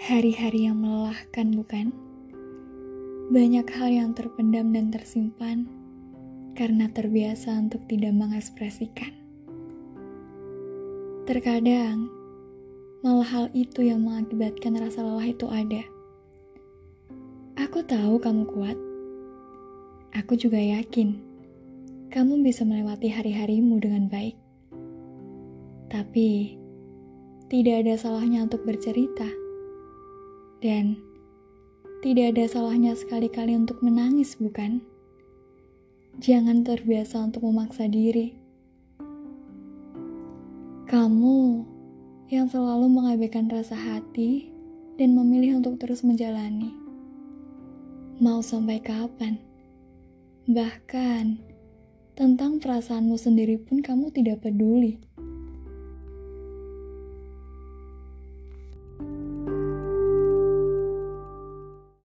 Hari-hari yang melelahkan, bukan? Banyak hal yang terpendam dan tersimpan karena terbiasa untuk tidak mengekspresikan. Terkadang, malah hal itu yang mengakibatkan rasa lelah itu ada. Aku tahu kamu kuat. Aku juga yakin kamu bisa melewati hari-harimu dengan baik. Tapi, tidak ada salahnya untuk bercerita. Dan tidak ada salahnya sekali-kali untuk menangis, bukan? Jangan terbiasa untuk memaksa diri. Kamu yang selalu mengabaikan rasa hati dan memilih untuk terus menjalani. Mau sampai kapan? Bahkan, tentang perasaanmu sendiri pun kamu tidak peduli.